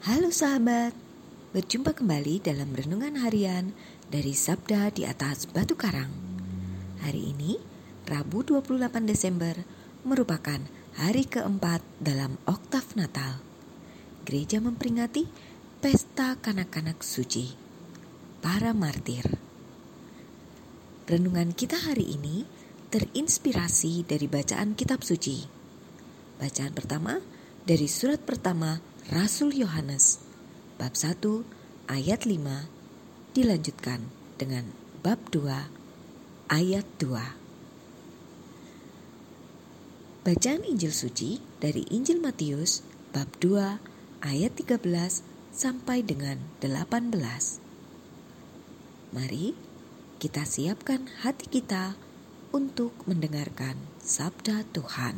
Halo sahabat, berjumpa kembali dalam Renungan Harian dari Sabda di atas Batu Karang. Hari ini, Rabu 28 Desember, merupakan hari keempat dalam Oktav Natal. Gereja memperingati Pesta Kanak-kanak Suci, para martir. Renungan kita hari ini terinspirasi dari bacaan kitab suci. Bacaan pertama dari surat pertama Rasul Yohanes, bab 1 ayat 5, dilanjutkan dengan bab 2 ayat 2. Bacaan Injil suci dari Injil Matius, bab 2 ayat 13 sampai dengan 18. Mari kita siapkan hati kita untuk mendengarkan sabda Tuhan.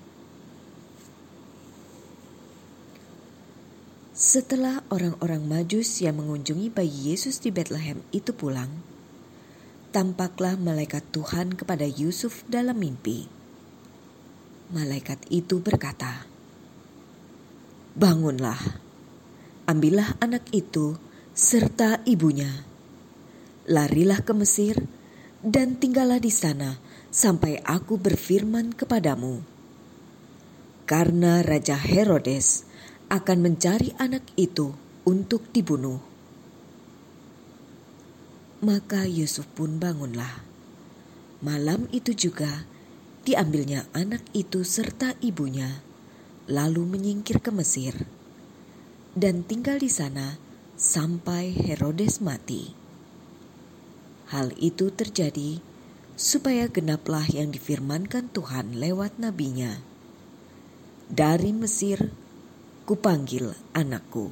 Setelah orang-orang Majus yang mengunjungi bayi Yesus di Betlehem itu pulang, tampaklah malaikat Tuhan kepada Yusuf dalam mimpi. Malaikat itu berkata, "Bangunlah, ambillah anak itu serta ibunya, larilah ke Mesir dan tinggallah di sana sampai aku berfirman kepadamu. Karena Raja Herodes akan mencari anak itu untuk dibunuh." Maka Yusuf pun bangunlah. Malam itu juga diambilnya anak itu serta ibunya, lalu menyingkir ke Mesir dan tinggal di sana sampai Herodes mati. Hal itu terjadi supaya genaplah yang difirmankan Tuhan lewat nabinya, "Dari Mesir kupanggil anakku."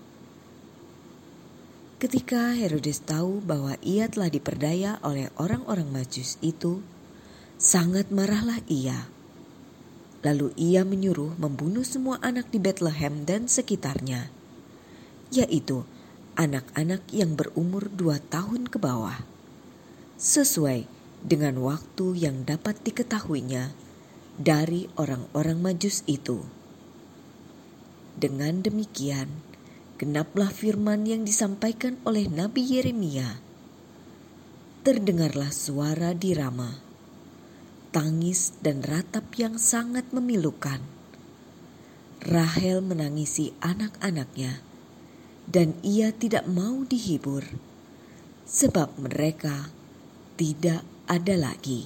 Ketika Herodes tahu bahwa ia telah diperdaya oleh orang-orang Majus itu, sangat marahlah ia. Lalu ia menyuruh membunuh semua anak di Betlehem dan sekitarnya, yaitu anak-anak yang berumur 2 tahun ke bawah, sesuai dengan waktu yang dapat diketahuinya dari orang-orang Majus itu. Dengan demikian, genaplah firman yang disampaikan oleh Nabi Yeremia. Terdengarlah suara di Rama, tangis dan ratap yang sangat memilukan. Rahel menangisi anak-anaknya, dan ia tidak mau dihibur, sebab mereka tidak ada lagi.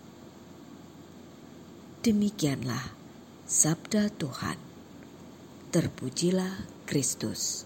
Demikianlah sabda Tuhan. Terpujilah Kristus.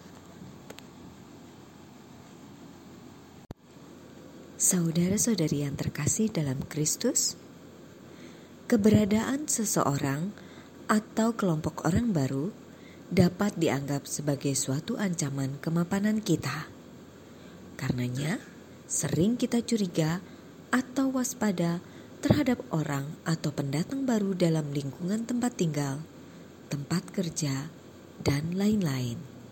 Saudara-saudari yang terkasih dalam Kristus, keberadaan seseorang atau kelompok orang baru dapat dianggap sebagai suatu ancaman kemapanan kita. Karenanya, sering kita curiga atau waspada terhadap orang atau pendatang baru dalam lingkungan tempat tinggal, tempat kerja, dan lain-lain.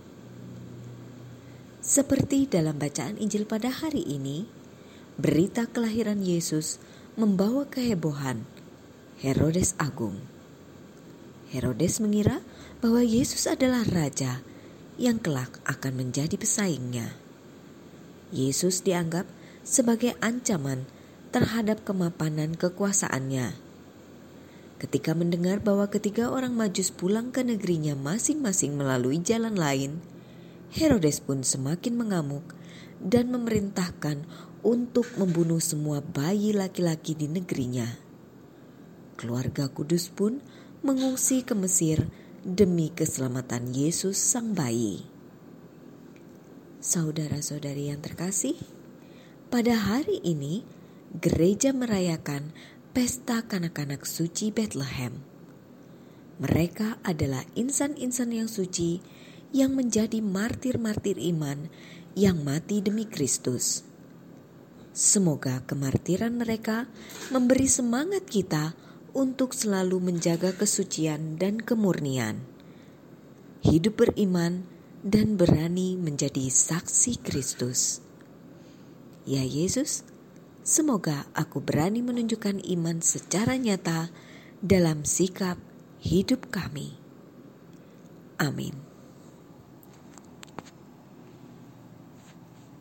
Seperti dalam bacaan Injil pada hari ini, berita kelahiran Yesus membawa kehebohan Herodes Agung. Herodes mengira bahwa Yesus adalah raja yang kelak akan menjadi pesaingnya. Yesus dianggap sebagai ancaman terhadap kemapanan kekuasaannya. Ketika mendengar bahwa ketiga orang Majus pulang ke negerinya masing-masing melalui jalan lain, Herodes pun semakin mengamuk dan memerintahkan untuk membunuh semua bayi laki-laki di negerinya. Keluarga kudus pun mengungsi ke Mesir demi keselamatan Yesus sang bayi. Saudara-saudari yang terkasih, pada hari ini gereja merayakan Pesta Kanak-kanak Suci Betlehem. Mereka adalah insan-insan yang suci yang menjadi martir-martir iman yang mati demi Kristus. Semoga kemartiran mereka memberi semangat kita untuk selalu menjaga kesucian dan kemurnian, hidup beriman dan berani menjadi saksi Kristus. Ya Yesus, semoga aku berani menunjukkan iman secara nyata dalam sikap hidup kami. Amin.